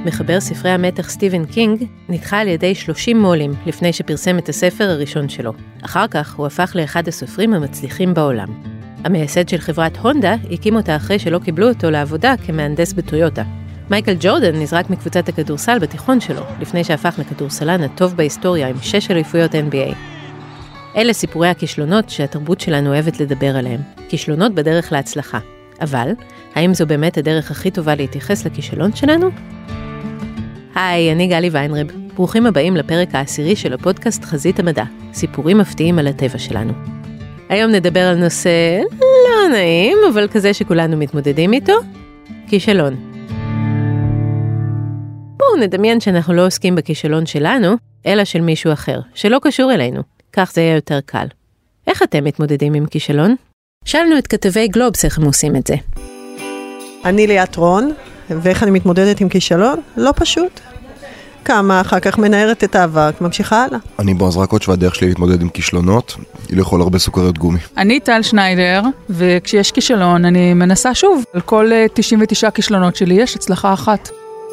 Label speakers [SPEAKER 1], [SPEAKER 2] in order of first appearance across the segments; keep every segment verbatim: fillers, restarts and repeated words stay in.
[SPEAKER 1] מחבר ספרי המתח סטיבן קינג, נדחה על ידי שלושים מולים לפני שפרסם את הספר הראשון שלו. אחר כך הוא הפך לאחד הסופרים המצליחים בעולם. המייסד של חברת הונדה הקים אותה אחרי שלא קיבלו אותו לעבודה כמהנדס בטויוטה. מייקל ג'ורדן נזרק מקבוצת הכדורסל בתיכון שלו, לפני שהפך לכדורסלן הטוב בהיסטוריה עם שש אליפויות אן בי איי. אלה סיפורי הכישלונות שהתרבות שלנו אוהבת לדבר עליהם. כישלונות בדרך להצלחה. אבל, האם זו באמת הדרך הכי טובה להתייחס לכישלון שלנו? היי, אני גלי ויינרב. ברוכים הבאים לפרק העשירי של הפודקאסט חזית המדע. סיפורים מפתיעים על הטבע שלנו. היום נדבר על נושא לא נעים, אבל כזה שכולנו מתמודדים איתו. כישלון. בואו נדמיין שאנחנו לא עוסקים בכישלון שלנו, אלא של מישהו אחר, שלא קשור אלינו. כך זה יהיה יותר קל. איך אתם מתמודדים עם כישלון? שאלנו את כתבי גלובס איך הם עושים את זה.
[SPEAKER 2] אני ליאת רון, ואיך אני מתמודדת עם כישלון? לא פשוט. כמה אחר כך מנערת את האבק, ממשיכה הלאה.
[SPEAKER 3] אני בועז רקוץ' והדרך שלי להתמודד עם כישלונות, היא לאכול הרבה סוכריות גומי.
[SPEAKER 4] אני טל שניידר, וכשיש כישלון אני מנסה שוב. על כל תשעים ותשע כישלונות שלי יש הצלחה אחת.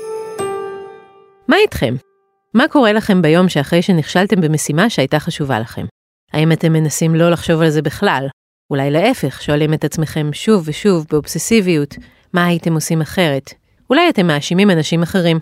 [SPEAKER 1] מה איתכם? מה קורה לכם ביום שאחרי שנכשלתם במשימה שהייתה חשובה לכם? האם אתם מנסים לא לחשוב על זה בכלל? אולי להפך, שואלים את עצמכם שוב ושוב באובססיביות, מה הייתם עושים אחרת? אולי אתם מאשימים אנשים אחרים.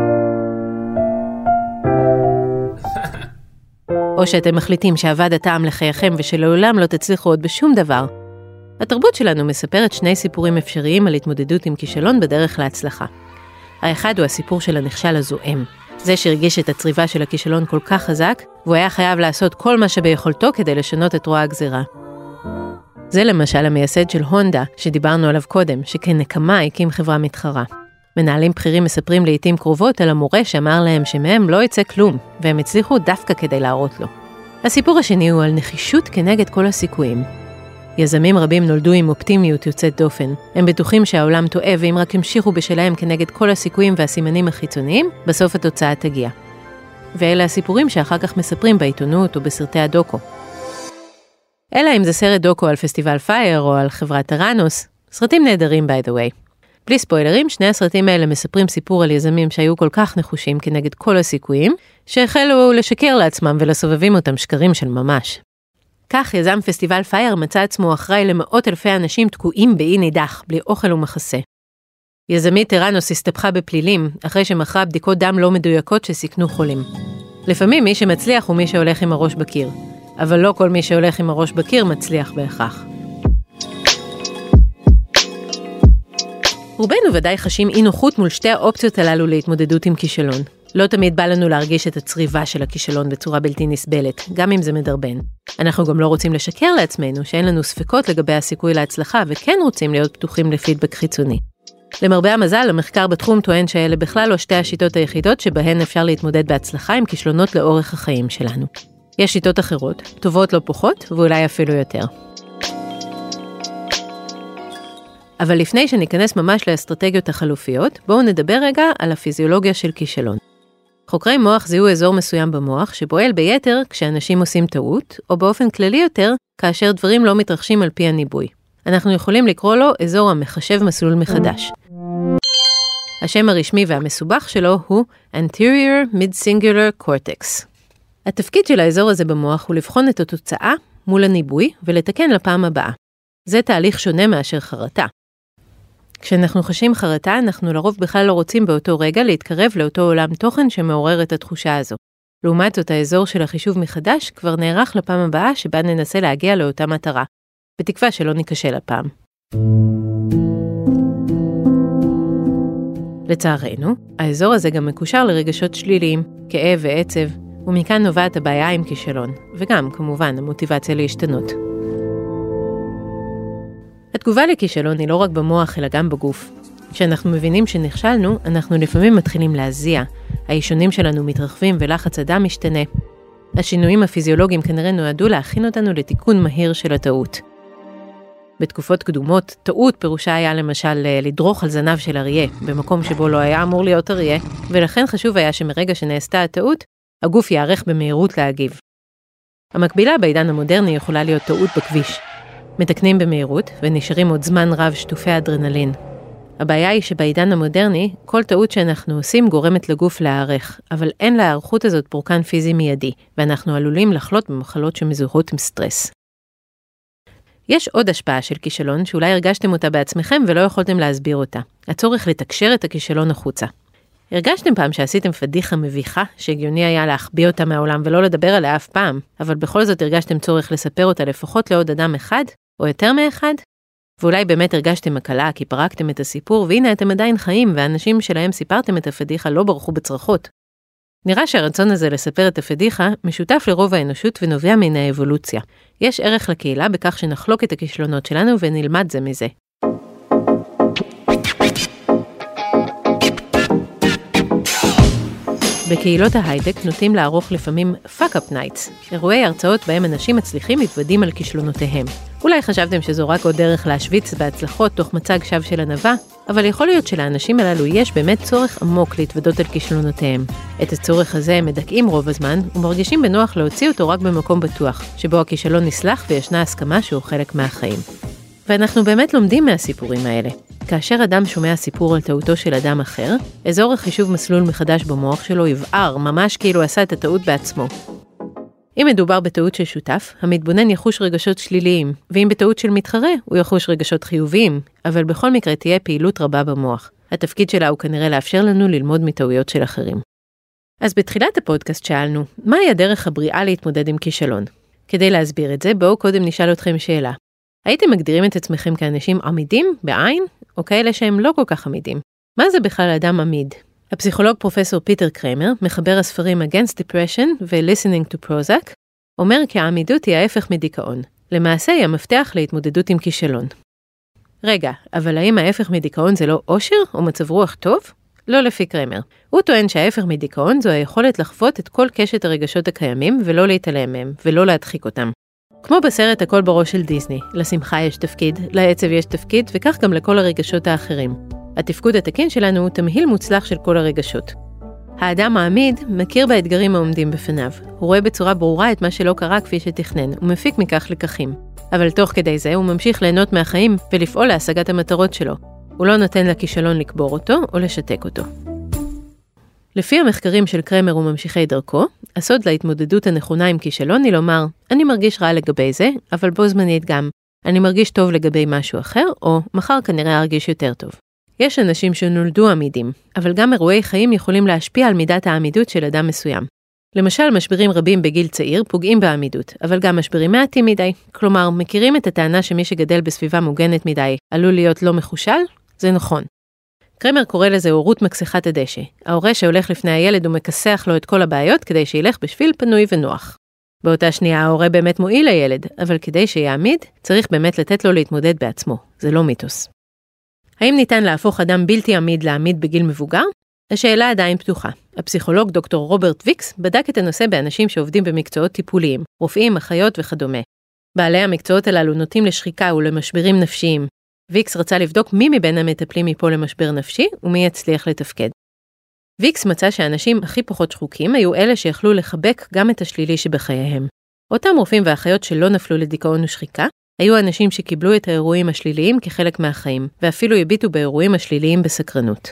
[SPEAKER 1] או שאתם מחליטים שעבד הטעם לחייכם ושלעולם לא תצליחו עוד בשום דבר. התרבות שלנו מספרת שני סיפורים אפשריים על התמודדות עם כישלון בדרך להצלחה. האחד הוא הסיפור של הנכשל הזועם. זה שהרגיש את הצריבה של הכישלון כל כך חזק, והוא היה חייב לעשות כל מה שביכולתו כדי לשנות את רוע הגזירה. זה למשל המייסד של הונדה, שדיברנו עליו קודם, שכנקמה הקים חברה מתחרה. מנהלים בכירים מספרים לעתים קרובות על המורה שאמר להם שמהם לא יצא כלום, והם הצליחו דווקא כדי להראות לו. הסיפור השני הוא על נחישות כנגד כל הסיכויים. יזמים רבים נולדו עם אופטימיות יוצאת דופן. הם בטוחים שהעולם טועה, ואם רק המשיכו בשלהם כנגד כל הסיכויים והסימנים החיצוניים, בסוף התוצאה תגיע. ואלה הסיפורים שאחר כך מספרים בעיתונות או בסרטי הדוקו. אלא אם זה סרט דוקו על פסטיבל פייר או על חברת טראנוס, סרטים נהדרים by the way. בלי ספוילרים, שני הסרטים האלה מספרים סיפור על יזמים שהיו כל כך נחושים כנגד כל הסיכויים, שהחלו לשקר לעצמם ולסובבים אותם שקרים של ממש. כך יזם פסטיבל פייר מצא עצמו אחראי למאות אלפי אנשים תקועים באי נידח, בלי אוכל ומחסה. יזמית טראנוס הסתבכה בפלילים, אחרי שמכרה בדיקות דם לא מדויקות שסיכנו חולים. לפעמים מי שמצליח הוא מי שהולך עם הראש בקיר, אבל לא כל מי שהולך עם הראש בקיר מצליח בהכרח. רובנו ודאי חשים אי נוחות מול שתי האופציות הללו להתמודדות עם כישלון. לא תמיד בא לנו להרגיש את הצריבה של הכישלון בצורה בלתי נסבלת, גם אם זה מדרבן. אנחנו גם לא רוצים לשקר לעצמנו שאין לנו ספקות לגבי הסיכוי להצלחה, וכן רוצים להיות פתוחים לפידבק חיצוני. למרבה המזל, המחקר בתחום טוען שאלה בכלל לא שתי השיטות היחידות שבהן אפשר להתמודד בהצלחה עם כישלונות לאורך החיים שלנו. יש שיטות אחרות, טובות לא פחות, ואולי אפילו יותר. אבל לפני שניכנס ממש לאסטרטגיות החלופיות, בואו נדבר רגע על הפיזיולוגיה של כישלון. חוקרי מוח זיהו אזור מסוים במוח שבועל ביתר כשאנשים עושים טעות, או באופן כללי יותר, כאשר דברים לא מתרחשים על פי הניבוי. אנחנו יכולים לקרוא לו אזור המחשב מסלול מחדש. השם הרשמי והמסובך שלו הוא Anterior Mid-Singular Cortex. התפקיד של האזור הזה במוח הוא לבחון את התוצאה מול הניבוי ולתקן לפעם הבאה. זה תהליך שונה מאשר חרטה. כשאנחנו חשים חרטה, אנחנו לרוב בכלל לא רוצים באותו רגע להתקרב לאותו עולם תוכן שמעורר את התחושה הזו. לעומת זאת, האזור של החישוב מחדש כבר נערך לפעם הבאה שבה ננסה להגיע לאותה מטרה, בתקווה שלא ניקשל הפעם. לצערנו, האזור הזה גם מקושר לרגשות שליליים, כאב ועצב, ומכאן נובעת הבעיה עם כישלון, וגם, כמובן, המוטיבציה להשתנות. התגובה לכישלון היא לא רק במוח, אלא גם בגוף. כשאנחנו מבינים שנכשלנו, אנחנו לפעמים מתחילים להזיע, האישונים שלנו מתרחבים ולחץ הדם משתנה. השינויים הפיזיולוגיים כנראה נועדו להכין אותנו לתיקון מהיר של הטעות. בתקופות קדומות, טעות פירושה היה למשל לדרוך על זנב של אריה, במקום שבו לא היה אמור להיות אריה, ולכן חשוב היה שמרגע שנעשתה הטעות, הגוף יערך במהירות להגיב. המקבילה בעידן המודרני יכולה להיות טעות בכביש. מתקנים במהירות ונשארים עוד זמן רב שטופי אדרנלין. הבעיה היא שבעידן המודרני, כל טעות שאנחנו עושים גורמת לגוף להיערך, אבל אין להיערכות הזאת פורקן פיזי מיידי, ואנחנו עלולים לחלות במחלות שמזוהות עם סטרס. יש עוד השפעה של כישלון, שאולי הרגשתם אותה בעצמכם ולא יכולתם להסביר אותה. הצורך לתקשר את הכישלון החוצה. הרגשתם פעם שעשיתם פדיחה מביכה, שהגיוני היה להחביא אותה מהעולם ולא לדבר עליה אף פעם, אבל בכל זאת הרגשתם צורך לספר אותה לפחות לעוד אדם אחד, או יותר מאחד? ואולי באמת הרגשתם הקלה כי פרקתם את הסיפור, והנה אתם עדיין חיים, והאנשים שלהם סיפרתם את הפדיחה לא ברחו בצרחות. נראה שהרצון הזה לספר את הפדיחה משותף לרוב האנושות ונובע מן האבולוציה. יש ערך לקהילה בכך שנחלוק את הכישלונות שלנו ונלמד זה מזה. בקהילות ההייטק נוטים לערוך לפעמים fuck-up nights, אירועי הרצאות בהם אנשים מצליחים מתוודים על כישלונותיהם. אולי חשבתם שזו רק עוד דרך להשוויץ בהצלחות תוך מצג שווא של ענווה, אבל יכול להיות שלאנשים הללו יש באמת צורך עמוק להתוודות על כישלונותיהם. את הצורך הזה הם מדכאים רוב הזמן ומרגישים בנוח להוציא אותו רק במקום בטוח, שבו הכישלון נסלח וישנה הסכמה שהוא חלק מהחיים. ואנחנו באמת לומדים מהסיפורים האלה. כאשר אדם שומע סיפור על טעותו של אדם אחר, אזור החישוב מסלול מחדש במוח שלו יבער, ממש כאילו עשה את הטעות בעצמו. אם מדובר בטעות של שותף, המתבונן יחוש רגשות שליליים, ואם בטעות של מתחרה, הוא יחוש רגשות חיוביים, אבל בכל מקרה תהיה פעילות רבה במוח. התפקיד שלה הוא כנראה לאפשר לנו ללמוד מטעויות של אחרים. אז בתחילת הפודקאסט שאלנו, מהי הדרך הבריאה להתמודד עם כישלון? כדי להסביר את זה, בואו קודם נשאל אתכם שאלה. הייתם מגדירים את עצמכם כאנשים עמידים, בעין, או כאלה שהם לא כל כך עמידים? מה זה בכלל אדם עמיד? הפסיכולוג פרופסור פיטר קריימר, מחבר הספרים Against Depression ו-Listening to Prozac, אומר כי העמידות היא ההפך מדיכאון. למעשה היא המפתח להתמודדות עם כישלון. רגע, אבל האם ההפך מדיכאון זה לא אושר או מצב רוח טוב? לא לפי קריימר. הוא טוען שההפך מדיכאון זו היכולת לחוות את כל קשת הרגשות הקיימים ולא להתעלם מהם, ולא להדחיק אותם. כמו בסרט הכל בראש של דיסני, לשמחה יש תפקיד, לעצב יש תפקיד, וכך גם לכל הרגשות האחרים. התפקוד התקין שלנו הוא תמהיל מוצלח של כל הרגשות. האדם העמיד מכיר באתגרים העומדים בפניו. הוא רואה בצורה ברורה את מה שלא קרה כפי שתכנן, ומפיק מכך לקחים. אבל תוך כדי זה הוא ממשיך ליהנות מהחיים ולפעול להשגת המטרות שלו. הוא לא נותן לכישלון לקבור אותו או לשתק אותו. לפי המחקרים של קריימר וממשיכי דרכו, הסוד להתמודדות הנכונה עם כישלון היא לומר, אני מרגיש רע לגבי זה, אבל בו זמנית גם, אני מרגיש טוב לגבי משהו אחר, או מחר כנראה ארגיש יותר טוב. יש אנשים שנולדו עמידים, אבל גם אירועי חיים יכולים להשפיע על מידת העמידות של אדם מסוים. למשל, משברים רבים בגיל צעיר פוגעים בעמידות, אבל גם משברים מעטים מדי. כלומר, מכירים את הטענה שמי שגדל בסביבה מוגנת מדי עלול להיות לא מחושל? זה נכון. קריימר קורא לזה הורות מכסחת הדשא. ההורה שהולך לפני הילד ומכסח לו את כל הבעיות כדי שילך בשביל פנוי ונוח. באותה שנייה ההורה באמת מועיל לילד, אבל כדי שיעמיד, צריך באמת לתת לו להתמודד בעצמו. זה לא מיתוס. האם ניתן להפוך אדם בלתי עמיד לעמיד בגיל מבוגר? השאלה עדיין פתוחה. הפסיכולוג דוקטור רוברט ויקס בדק את הנושא באנשים שעובדים במקצועות טיפוליים, רופאים, אחיות וכדומה. בעלי המקצועות הללו נוטים לשחיקה ולמשברים נפשיים. ויקס רצה לבדוק מי מבין המטפלים ייפול למשבר נפשי ומי יצליח לתפקד. ויקס מצא שהאנשים הכי פחות שחוקים היו אלה שיכלו לחבק גם את השלילי שבחייהם. אותם רופאים ואחיות שלא נפלו לדיכאון ושחיקה, היו אנשים שקיבלו את האירועים השליליים כחלק מהחיים, ואפילו הביטו באירועים השליליים בסקרנות.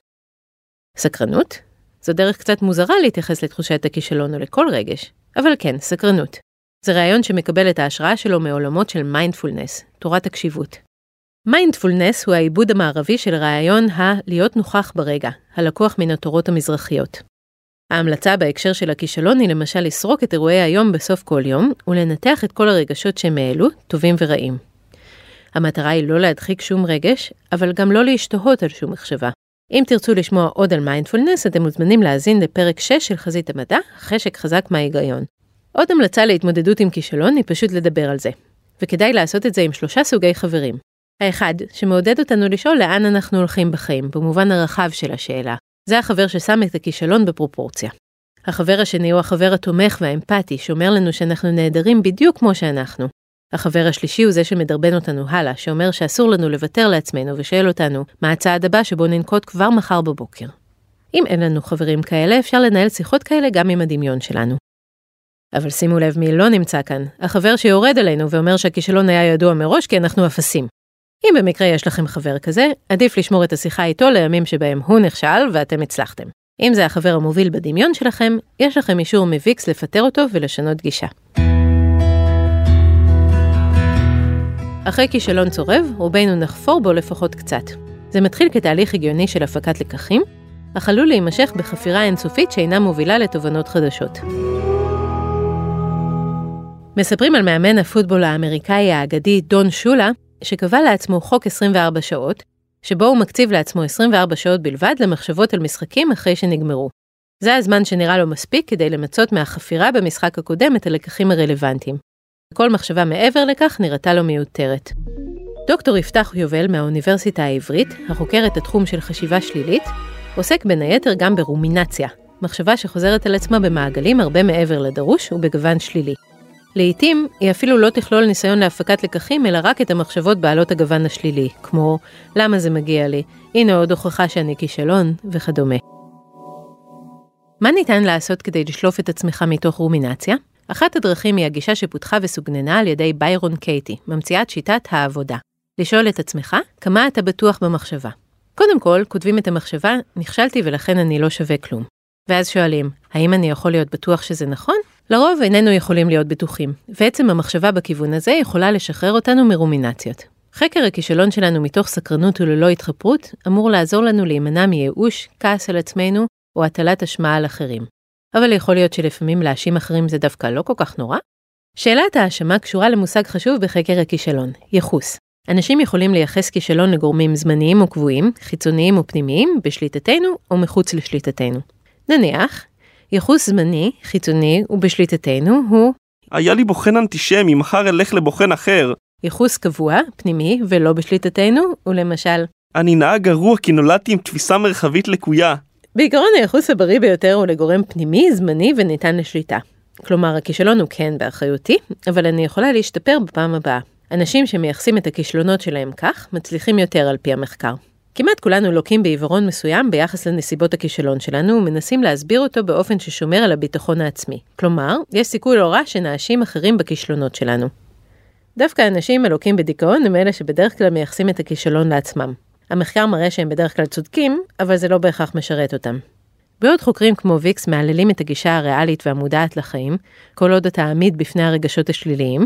[SPEAKER 1] סקרנות? זו דרך קצת מוזרה להתייחס לתחושת הכישלון או לכל רגש, אבל כן, סקרנות. זה רעיון שמקבל את ההשראה שלו מעולמות של מיינדפולנס, תורת הקשיבות. מיינדפולנס הוא העיבוד המערבי של רעיון ה-להיות נוכח ברגע, הלקוח מן התורות המזרחיות. ההמלצה בהקשר של הכישלון היא למשל לסרוק את אירועי היום בסוף כל יום, ולנתח את כל הרגשות שמעלו, טובים ורעים. המטרה היא לא להדחיק שום רגש, אבל גם לא להשתהות על שום מחשבה. אם תרצו לשמוע עוד על מיינדפולנס, אתם מוזמנים להאזין לפרק שש של חזית המדע, חשק חזק מההיגיון. עוד המלצה להתמודדות עם כישלון היא פשוט לדבר על זה. וכדאי לעשות את זה עם שלושה סוגי חברים. האחד, שמעודד אותנו לשאול לאן אנחנו הולכים בחיים, במובן הרחב של השאלה. זה החבר ששם את הכישלון בפרופורציה. החבר השני הוא החבר התומך והאמפתי, שאומר לנו שאנחנו נהדרים בדיוק כמו שאנחנו. החבר השלישי הוא זה שמדרבן אותנו הלאה, שאומר שאסור לנו לוותר לעצמנו ושאל אותנו מה הצעד הבא שבו ננקוט כבר מחר בבוקר. אם אין לנו חברים כאלה, אפשר לנהל שיחות כאלה גם עם הדמיון שלנו. אבל שימו לב מי לא נמצא כאן, החבר שיורד עלינו ואומר שהכישלון היה ידוע מראש כי אנחנו אפסים. אם במקרה יש לכם חבר כזה, עדיף לשמור את השיחה איתו לימים שבהם הוא נכשל ואתם הצלחתם. אם זה החבר המוביל בדמיון שלכם, יש לכם אישור מוויקס לפטר אותו ולשנות גישה. אחרי כישלון צורב, רובנו נחפור בו לפחות קצת. זה מתחיל כתהליך הגיוני של הפקת לקחים, אך עלול להימשך בחפירה אינסופית שאינה מובילה לתובנות חדשות. מספרים על מאמן הפוטבול האמריקאי האגדי דון שולה, שקבע לעצמו חוק עשרים וארבע שעות, שבו הוא מקציב לעצמו עשרים וארבע שעות בלבד למחשבות על משחקים אחרי שנגמרו. זה הזמן שנראה לו מספיק כדי למצות מהחפירה במשחק הקודם את הלקחים הרלוונטיים. כל מחשבה מעבר לכך נראתה לו מיותרת. דוקטור יפתח יובל מהאוניברסיטה העברית, החוקר את התחום של חשיבה שלילית, עוסק בין היתר גם ברומינציה, מחשבה שחוזרת על עצמה במעגלים הרבה מעבר לדרוש ובגוון שלילי. לעתים היא אפילו לא תכלול ניסיון להפקת לקחים, אלא רק את המחשבות בעלות הגוון השלילי, כמו למה זה מגיע לי, הנה עוד הוכחה שאני כישלון וכדומה. מה ניתן לעשות כדי לשלוף את עצמך מתוך רומינציה? אחת הדרכים היא הגישה שפותחה וסוגננה על ידי ביירון קייטי, ממציאת שיטת העבודה. לשאול את עצמך, כמה אתה בטוח במחשבה? קודם כל, כותבים את המחשבה, נכשלתי ולכן אני לא שווה כלום. ואז שואלים, האם אני יכול להיות בטוח שזה נכון? לרוב איננו יכולים להיות בטוחים, ועצם המחשבה בכיוון הזה יכולה לשחרר אותנו מרומינציות. חקר הכישלון שלנו מתוך סקרנות וללא התחפרות, אמור לעזור לנו להימנע מייאוש, כעס על עצמנו, או הטלת אשמה על אחרים. אבל יכול להיות שלפעמים להאשים אחרים זה דווקא לא כל כך נורא? שאלת האשמה קשורה למושג חשוב בחקר הכישלון, ייחוס. אנשים יכולים לייחס כישלון לגורמים זמניים או קבועים, חיצוניים או פנימיים, בשליטתנו או מחוץ לשליטתנו. נניח, ייחוס זמני, חיצוני ובשליטתנו הוא
[SPEAKER 5] היה לי בוחן אנטישמי, מחר אלך לבוחן אחר.
[SPEAKER 1] ייחוס קבוע, פנימי ולא בשליטתנו, ולמשל
[SPEAKER 5] אני נהג גרוע כי נולדתי עם תפיסה מרחבית לקויה.
[SPEAKER 1] בעיקרון הייחוס הבריא ביותר הוא לגורם פנימי, זמני וניתן לשליטה. כלומר, הכישלון הוא כן באחריותי, אבל אני יכולה להשתפר בפעם הבאה. אנשים שמייחסים את הכישלונות שלהם כך, מצליחים יותר על פי המחקר. כמעט כולנו לוקים בעיוורון מסוים ביחס לנסיבות הכישלון שלנו, ומנסים להסביר אותו באופן ששומר על הביטחון העצמי. כלומר, יש סיכוי לא רע שנאשים אחרים בכישלונות שלנו. דווקא אנשים הלוקים בדיכאון הם אלה שבדרך כלל מייחסים את הכישלון לעצמם. המחקר מראה שהם בדרך כלל צודקים, אבל זה לא בהכרח משרת אותם. בעוד חוקרים כמו ויקס מעללים את הגישה הריאלית והמודעת לחיים, כל עוד אתה עמיד בפני הרגשות השליליים.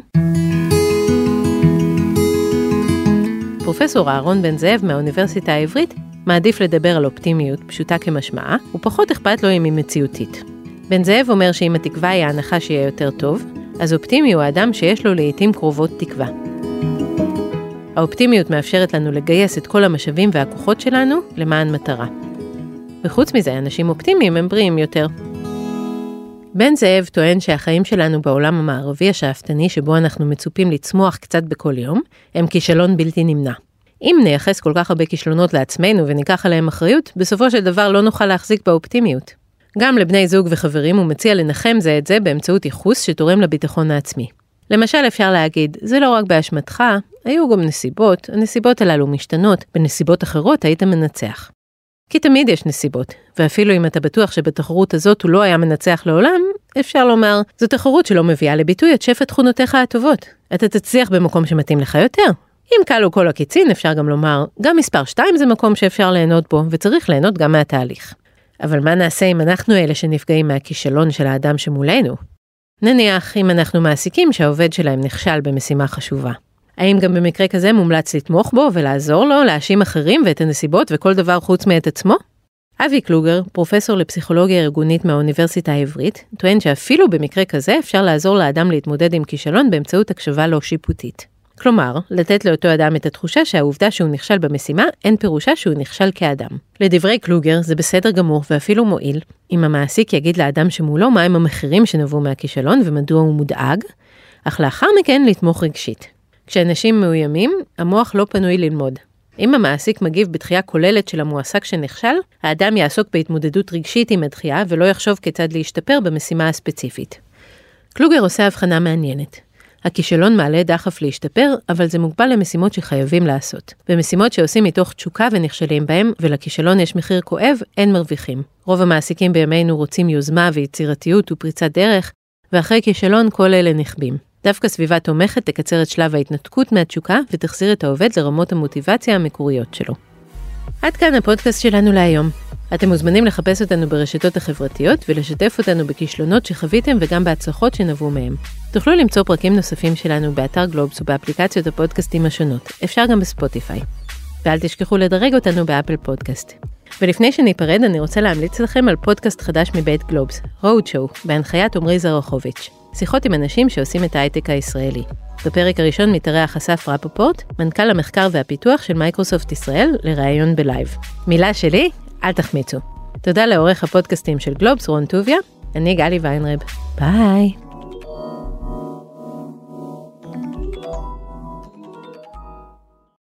[SPEAKER 1] פרופסור אהרון בן זאב מהאוניברסיטה העברית מעדיף לדבר על אופטימיות פשוטה כמשמעה, ופחות אכפת לו אם היא מציאותית. בן זאב אומר שאם התקווה היא ההנחה שיהיה יותר טוב, אז אופטימי הוא האדם שיש לו לעתים קרובות תקווה. האופטימיות מאפשרת לנו לגייס את כל המשאבים והכוחות שלנו למען מטרה. וחוץ מזה, אנשים אופטימיים הם בריאים יותר. בן זאב טוען שהחיים שלנו בעולם המערבי השאפתני שבו אנחנו מצופים לצמוח קצת בכל יום, הם כישלון בלתי נמנע. אם נייחס כל כך הרבה כישלונות לעצמנו וניקח עליהם אחריות, בסופו של דבר לא נוכל להחזיק באופטימיות. גם לבני זוג וחברים הוא מציע לנחם זה את זה באמצעות ייחוס שתורם לביטחון העצמי. למשל אפשר להגיד, זה לא רק באשמתך, היו גם נסיבות, הנסיבות הללו משתנות, בנסיבות אחרות היית מנצח. כי תמיד יש נסיבות, ואפילו אם אתה בטוח שבתחרות הזאת הוא לא היה מנצח לעולם, אפשר לומר, זו תחרות שלא מביאה לביטוי את שפע תכונותיך הטובות. אתה תצליח במקום שמתאים לך יותר. אם קלו כל הקיצין, אפשר גם לומר, גם מספר שתיים זה מקום שאפשר ליהנות בו, וצריך ליהנות גם מהתהליך. אבל מה נעשה אם אנחנו אלה שנפגעים מהכישלון של האדם שמולנו? נניח אם אנחנו מעסיקים שהעובד שלהם נכשל במשימה חשובה. האם גם במקרה כזה מומלץ לתמוך בו ולעזור לו, להאשים אחרים ואת הנסיבות וכל דבר חוץ מאת עצמו? אבי קלוגר, פרופסור לפסיכולוגיה ארגונית מהאוניברסיטה העברית, טוען שאפילו במקרה כזה אפשר לעזור לאדם להתמודד עם כישלון באמצעות הקשבה לא שיפוטית. כלומר, לתת לאותו אדם את התחושה שהעובדה שהוא נכשל במשימה אין פירושה שהוא נכשל כאדם. לדברי קלוגר זה בסדר גמור ואפילו מועיל, אם המעסיק יגיד לאדם שמולו מהם המחירים שנבעו מהכישלון ומדוע הוא מודאג, אך לאחר מכן לתמוך רגשית. כשאנשים מאוימים, המוח לא פנוי ללמוד. אם המעסיק מגיב בתחייה כוללת של המועסק שנכשל, האדם יעסוק בהתמודדות רגשית עם הדחייה ולא יחשוב כיצד להשתפר במשימה הספציפית. קלוגר עושה הבחנה מעניינת. הכישלון מעלה דחף להשתפר, אבל זה מוגבל למשימות שחייבים לעשות. במשימות שעושים מתוך תשוקה ונכשלים בהם, ולכישלון יש מחיר כואב, אין מרוויחים. רוב המעסיקים בימינו רוצים יוזמה ויצירתיות ופריצת דרך, ואחרי כישלון כל אלה נכבים. דווקא סביבה תומכת תקצר את שלב ההתנתקות מהתשוקה ותחזיר את העובד לרמות המוטיבציה המקוריות שלו. עד כאן הפודקאסט שלנו להיום. אתם מוזמנים לחפש אותנו ברשתות החברתיות ולשתף אותנו בכישלונות שחוויתם וגם בהצלחות שנבעו מהם. תוכלו למצוא פרקים נוספים שלנו באתר גלובס ובאפליקציות הפודקאסטים השונות, אפשר גם בספוטיפיי. ואל תשכחו לדרג אותנו באפל פודקאסט. ולפני שניפרד, אני רוצה להמליץ לכם על פודקאסט חדש מבית גלובס, רוד שואו, בהנחיית עמרי זרחוביץ'. שיחות עם אנשים שעושים את ההייטק הישראלי. בפרק הראשון מתארח אסף רפופורט, מנכ"ל המחקר והפיתוח של מייקרוסופט ישראל, לראיון בלייב. מילה שלי, אל תחמיצו. תודה לעורך הפודקאסטים של גלובס, רון טוביה. אני גלי ויינרב. ביי.